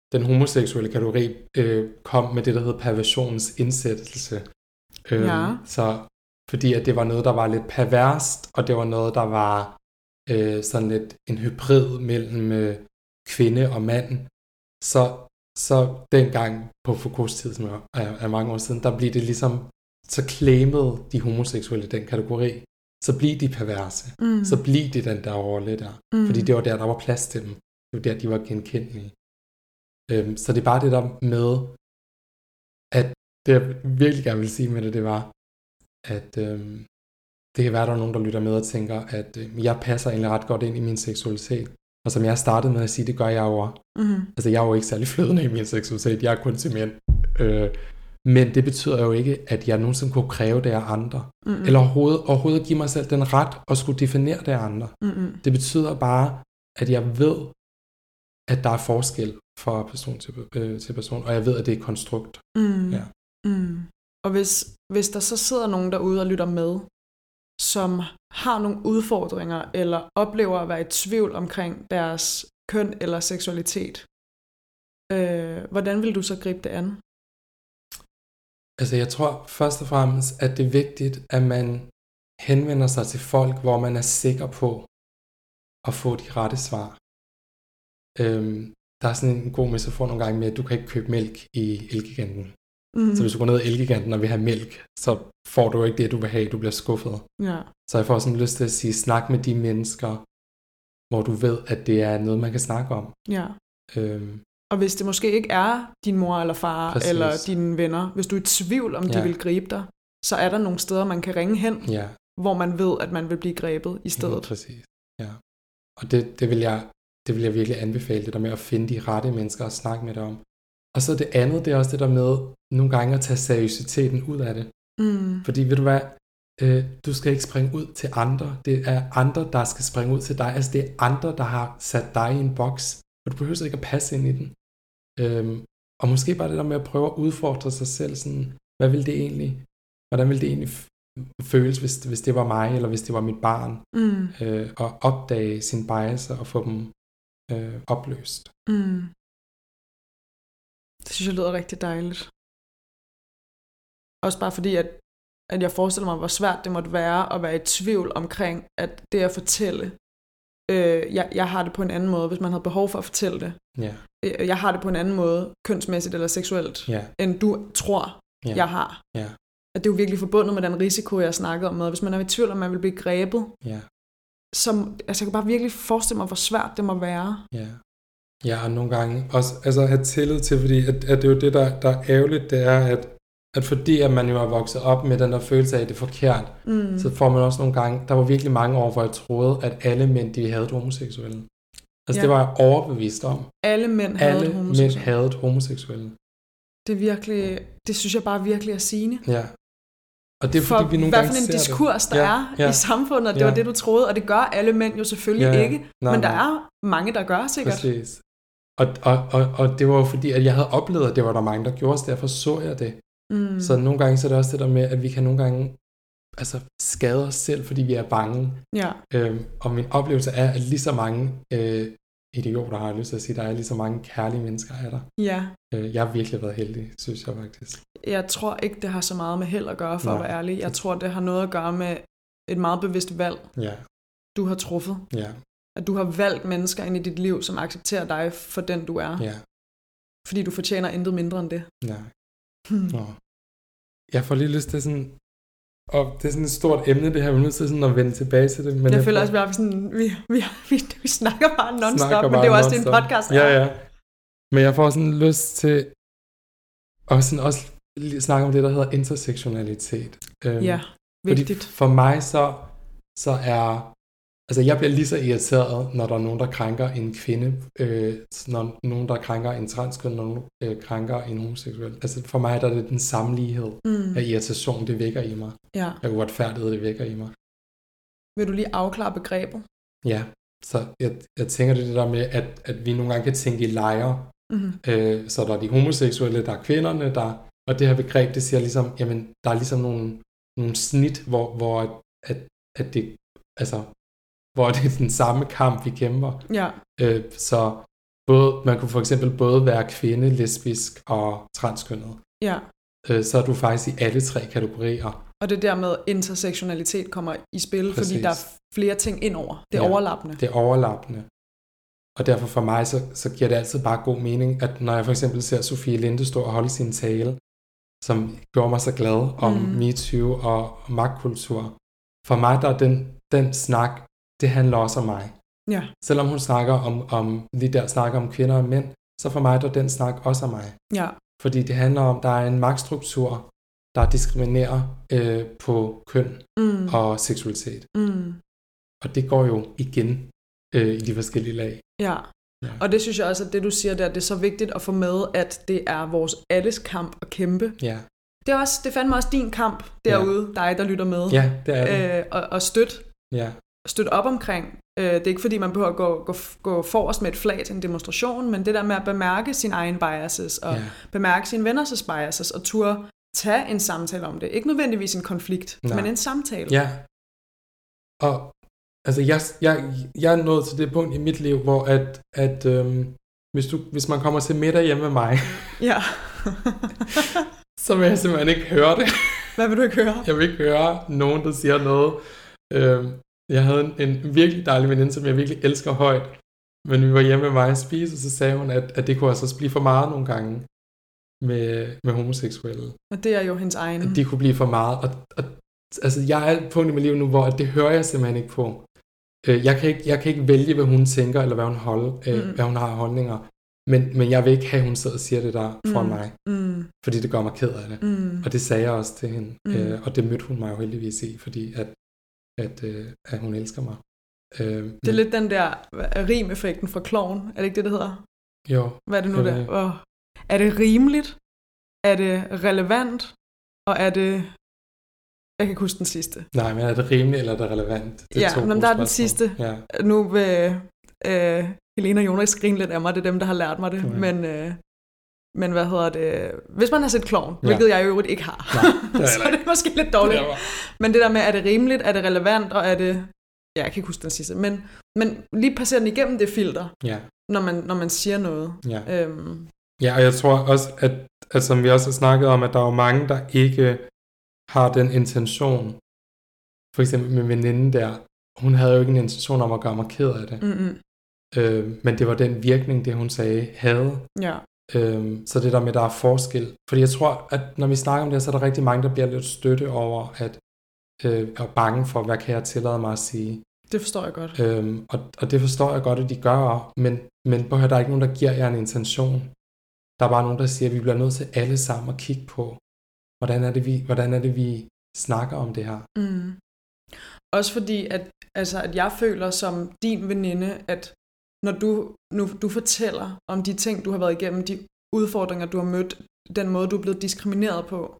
den homoseksuelle kategori kom med det, der hedder perversionens indsættelse. Så fordi at det var noget, der var lidt perverst, og det var noget, der var sådan lidt en hybrid mellem kvinde og mand. Så dengang på Foucaults tid, som er mange år siden, der blev det ligesom, så claimede de homoseksuelle den kategori. Så blev de perverse. Så blev de den der rolle der. Fordi det var der var plads til dem. Det var der, de var genkendelige. Så det er bare det der med, at det jeg virkelig gerne vil sige med det var, at det kan være, der er nogen, der lytter med og tænker, at jeg passer egentlig ret godt ind i min seksualitet. Og som jeg startede med at sige, det gør jeg jo. Altså jeg er jo ikke særlig flydende i min seksualitet, jeg er kun til mænd. Men det betyder jo ikke, at jeg nogensinde kunne kræve det af andre. Eller overhovedet give mig selv den ret at skulle definere det af andre. Det betyder bare, at jeg ved, at der er forskel fra person til person, og jeg ved, at det er et konstrukt. Ja. Og hvis der så sidder nogen derude og lytter med, som har nogle udfordringer, eller oplever at være i tvivl omkring deres køn eller seksualitet, hvordan vil du så gribe det an? Altså jeg tror først og fremmest, at det er vigtigt, at man henvender sig til folk, hvor man er sikker på at få de rette svar. Der er sådan en god metafor nogle gange med, at du kan ikke købe mælk i Elgiganten. Så hvis du går ned i Elgiganten og vil have mælk, så får du ikke det, du vil have, du bliver skuffet. Ja. Så jeg får sådan lyst til at sige, snak med de mennesker, hvor du ved, at det er noget, man kan snakke om. Ja. Og hvis det måske ikke er din mor eller far, eller dine venner, hvis du er i tvivl, om de vil gribe dig, så er der nogle steder, man kan ringe hen, hvor man ved, at man vil blive grebet i stedet. Præcis, ja. Og det vil jeg virkelig anbefale, det der med at finde de rette mennesker og snakke med dem om. Og så det andet, det er også det der med nogle gange at tage seriøsiteten ud af det. Fordi ved du hvad, du skal ikke springe ud til andre. Det er andre, der skal springe ud til dig. Altså det er andre, der har sat dig i en boks. Og du behøver ikke at passe ind i den. Og måske bare det der med at prøve at udfordre sig selv. Sådan, hvordan vil det egentlig føles, hvis det var mig, eller hvis det var mit barn. Og opdage sine biaser og få dem opløst. Det synes jeg lyder rigtig dejligt. Også bare fordi, at jeg forestiller mig, hvor svært det måtte være at være i tvivl omkring, at det at fortælle, jeg har det på en anden måde, hvis man havde behov for at fortælle det. Yeah. Jeg har det på en anden måde, kønsmæssigt eller seksuelt, end du tror, jeg har. Yeah. At det er jo virkelig forbundet med den risiko, jeg snakkede om med. Hvis man er i tvivl, om man vil blive grebet, altså jeg kan bare virkelig forestille mig, hvor svært det må være. Ja, og nogle gange også altså have tillid til, fordi at det er jo det, der er ærgerligt, det er, at fordi at man jo er vokset op med den der følelse af, at det er forkert, så får man også nogle gange, der var virkelig mange år, hvor jeg troede, at alle mænd, de havde homoseksuelle. Altså det var jeg overbevist om. Alle mænd havde homoseksuelle. Det er virkelig, det synes jeg bare virkelig er sigende. Ja. Og det er fordi, vi nogle gange ser det. Hvad for en diskurs, der er i samfundet, det var det, du troede, og det gør alle mænd jo selvfølgelig ikke. Men der er mange, der gør sikkert. Præcis. Og det var jo fordi, at jeg havde oplevet, at det var der mange, der gjorde, så derfor så jeg det. Så nogle gange så er det også det der med, at vi kan nogle gange skade os selv, fordi vi er bange. Og min oplevelse er, at lige så mange idioter, har jeg lyst til at sige, der er lige så mange kærlige mennesker er der. Jeg har virkelig været heldig, synes jeg faktisk. Jeg tror ikke, det har så meget med held at gøre, for at være ærlig. Jeg tror, det har noget at gøre med et meget bevidst valg, du har truffet. At du har valgt mennesker ind i dit liv, som accepterer dig for den, du er. Fordi du fortjener intet mindre end det. Jeg får lige lyst til sådan, og det er sådan et stort emne, det her, vi er nødt til sådan at vende tilbage til det. Men jeg føler også, at vi snakker bare non-stop, men det er jo også en podcast. Ja. Men jeg får sådan lyst til at sådan også snakke om det, der hedder intersektionalitet. Vigtigt. Fordi for mig så er, altså jeg bliver lige så irriteret, når der er nogen, der krænker en kvinde, når nogen, der krænker en transkøn, når nogen krænker en homoseksuel. Altså for mig der er det den samme lighed af irritation, det vækker i mig. Af uretfærdighed, det vækker i mig. Vil du lige afklare begrebet? Ja, så jeg tænker det der med, at vi nogle gange kan tænke i lejre. Så der er de homoseksuelle, der er kvinderne, og det her begreb, det siger ligesom, jamen der er ligesom nogle snit, hvor det, altså hvor det er den samme kamp, vi kæmper. Ja. Så man kunne for eksempel både være kvinde, lesbisk og transkønnet. Ja. Så er du faktisk i alle 3 kategorier. Og det der med intersektionalitet kommer i spil, Præcis. fordi der er flere ting indover. Det er overlappende. Det er overlappende. Og derfor for mig, så giver det altid bare god mening, at når jeg for eksempel ser Sofie Linde stå og holde sin tale, som gjorde mig så glad om MeToo og magtkultur. For mig, der er den snak, det handler også om mig. Ja. Selvom hun snakker om kvinder og mænd, så for mig, der er den snak også om mig. Ja. Fordi det handler om, der er en magtstruktur, der diskriminerer på køn og seksualitet. Og det går jo igen i de forskellige lag. Ja. Og det synes jeg også, at det du siger der, det er så vigtigt at få med, at det er vores alles kamp at kæmpe. Ja. Det er fandme også din kamp derude, dig der lytter med. Ja, det er det. Og støtte. Ja. Støtte op omkring. Det er ikke fordi, man behøver at gå forrest med et flag til en demonstration, men det der med at bemærke sin egen biases, og bemærke sine venners biases, og turde tage en samtale om det. Ikke nødvendigvis en konflikt, men en samtale. Ja. Og altså, jeg er nået til det punkt i mit liv, hvor hvis man kommer til middag hjemme med mig, så vil jeg simpelthen ikke høre det. Hvad vil du ikke høre? Jeg vil ikke høre nogen, der siger noget. Jeg havde en virkelig dejlig veninde, som jeg virkelig elsker højt, men vi var hjemme med mig og spise, og så sagde hun, at det kunne altså blive for meget nogle gange med homoseksuelle. Og det er jo hendes egen. At de kunne blive for meget. Og altså, jeg er på et punkt i mit liv nu, hvor det hører jeg simpelthen ikke på. Jeg kan ikke vælge, hvad hun tænker, eller hvad hun har af holdninger. Men jeg vil ikke have, at hun sidder og siger det der foran mig. Fordi det gør mig ked af det. Og det sagde jeg også til hende. Og det mødte hun mig jo heldigvis i, fordi at hun elsker mig. Det er lidt den der rim-effekten fra Klovn. Er det ikke det hedder? Jo. Hvad er det nu der? Er det rimeligt? Er det relevant? Og er det... Jeg kan ikke huske den sidste. Nej, men er det rimeligt, eller er det relevant? Det er men der er den sidste. Ja. Nu vil Helena og Jonas grine lidt af mig. Det er dem, der har lært mig det. Okay. Men hvad hedder det? Hvis man har set Klovn, hvilket jeg i øvrigt ikke har, så det er måske lidt dårligt. Men det der med, er det rimeligt, er det relevant, og er det... Ja, jeg kan ikke huske den sidste. Men lige passerer den igennem det filter, når man siger noget. Ja. Ja, og jeg tror også, at som vi også har snakket om, at der er jo mange, der ikke har den intention. For eksempel med veninden der. Hun havde jo ikke en intention om at gøre mig ked af det. Men det var den virkning, det hun sagde, havde. Ja. Så det der med, der er forskel. Fordi jeg tror, at når vi snakker om det, så er der rigtig mange, der bliver lidt støtte over, at er bange for, hvad kan jeg tillade mig at sige. Det forstår jeg godt. Og det forstår jeg godt, at de gør. Men prøv at høre, der er ikke nogen, der giver jer en intention. Der er bare nogen, der siger, at vi bliver nødt til alle sammen at kigge på, hvordan er det, vi snakker om det her. Også fordi, at jeg føler som din veninde, at når du fortæller om de ting, du har været igennem, de udfordringer, du har mødt, den måde, du er blevet diskrimineret på,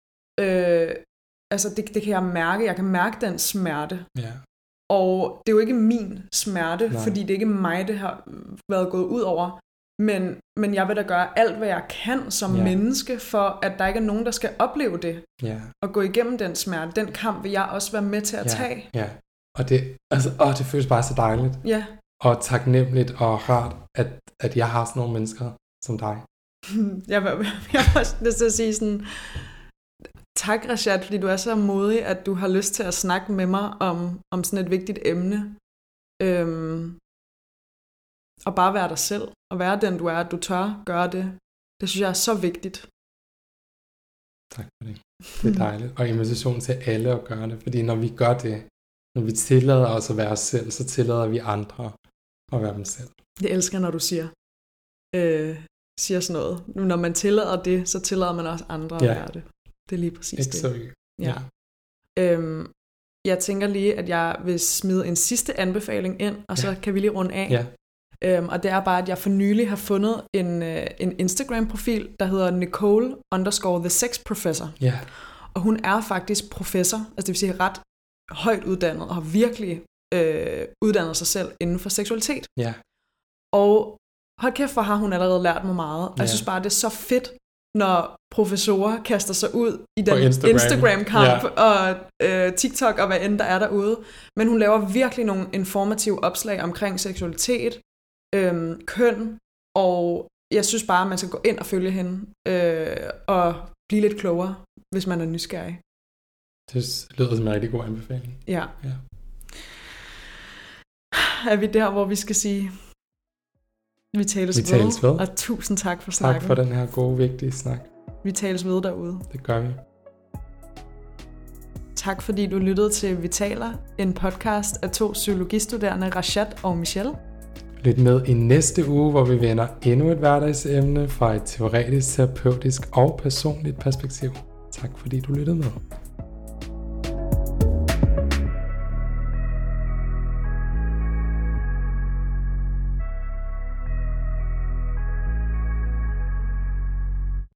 det kan jeg mærke. Jeg kan mærke den smerte. Ja. Og det er jo ikke min smerte, fordi det er ikke mig, det har været gået ud over. Men jeg vil da gøre alt, hvad jeg kan som menneske, for at der ikke er nogen, der skal opleve det. Og gå igennem den smerte. Den kamp vil jeg også være med til at tage. Ja. Og det føles bare så dejligt. Ja. Og taknemmeligt og rart, at jeg har sådan nogle mennesker som dig. Jeg var også nødt til at sige sådan... Tak, Rashad, fordi du er så modig, at du har lyst til at snakke med mig om sådan et vigtigt emne. Og bare være dig selv, og være den du er, at du tør gøre det. Det synes jeg er så vigtigt. Tak for det. Det er dejligt. Og invitation til alle at gøre det, fordi når vi gør det, når vi tillader os at være os selv, så tillader vi andre at være dem selv. Jeg elsker, når du siger sådan noget. Når man tillader det, så tillader man også andre at være det. Det er lige præcis det. Ja. Jeg tænker lige, at jeg vil smide en sidste anbefaling ind, og så kan vi lige runde af. Ja. Og det er bare, at jeg for nylig har fundet en Instagram-profil, der hedder Nicole_the Sex Professor. Ja. Og hun er faktisk professor, altså det vil sige ret højt uddannet, og har virkelig uddannet sig selv inden for seksualitet. Ja. Og hold kæft, for har hun allerede lært mig meget. Og jeg synes bare, det er så fedt, når professorer kaster sig ud i den Instagram-kamp og TikTok og hvad end der er derude. Men hun laver virkelig nogle informative opslag omkring seksualitet, køn, Og jeg synes bare, at man skal gå ind og følge hende, og blive lidt klogere, hvis man er nysgerrig. Det lyder som en rigtig god anbefaling. Ja. Er vi der, hvor vi skal sige, vi tales ved, og tusind tak for snakken. Tak for den her gode, vigtige snak. Vi tales ved derude. Det gør vi. Tak fordi du lyttede til Vi Taler, en podcast af 2 psykologistuderende, Rashad og Michelle. Lyt med i næste uge, hvor vi vender endnu et hverdagsemne fra et teoretisk, terapeutisk og personligt perspektiv. Tak fordi du lyttede med.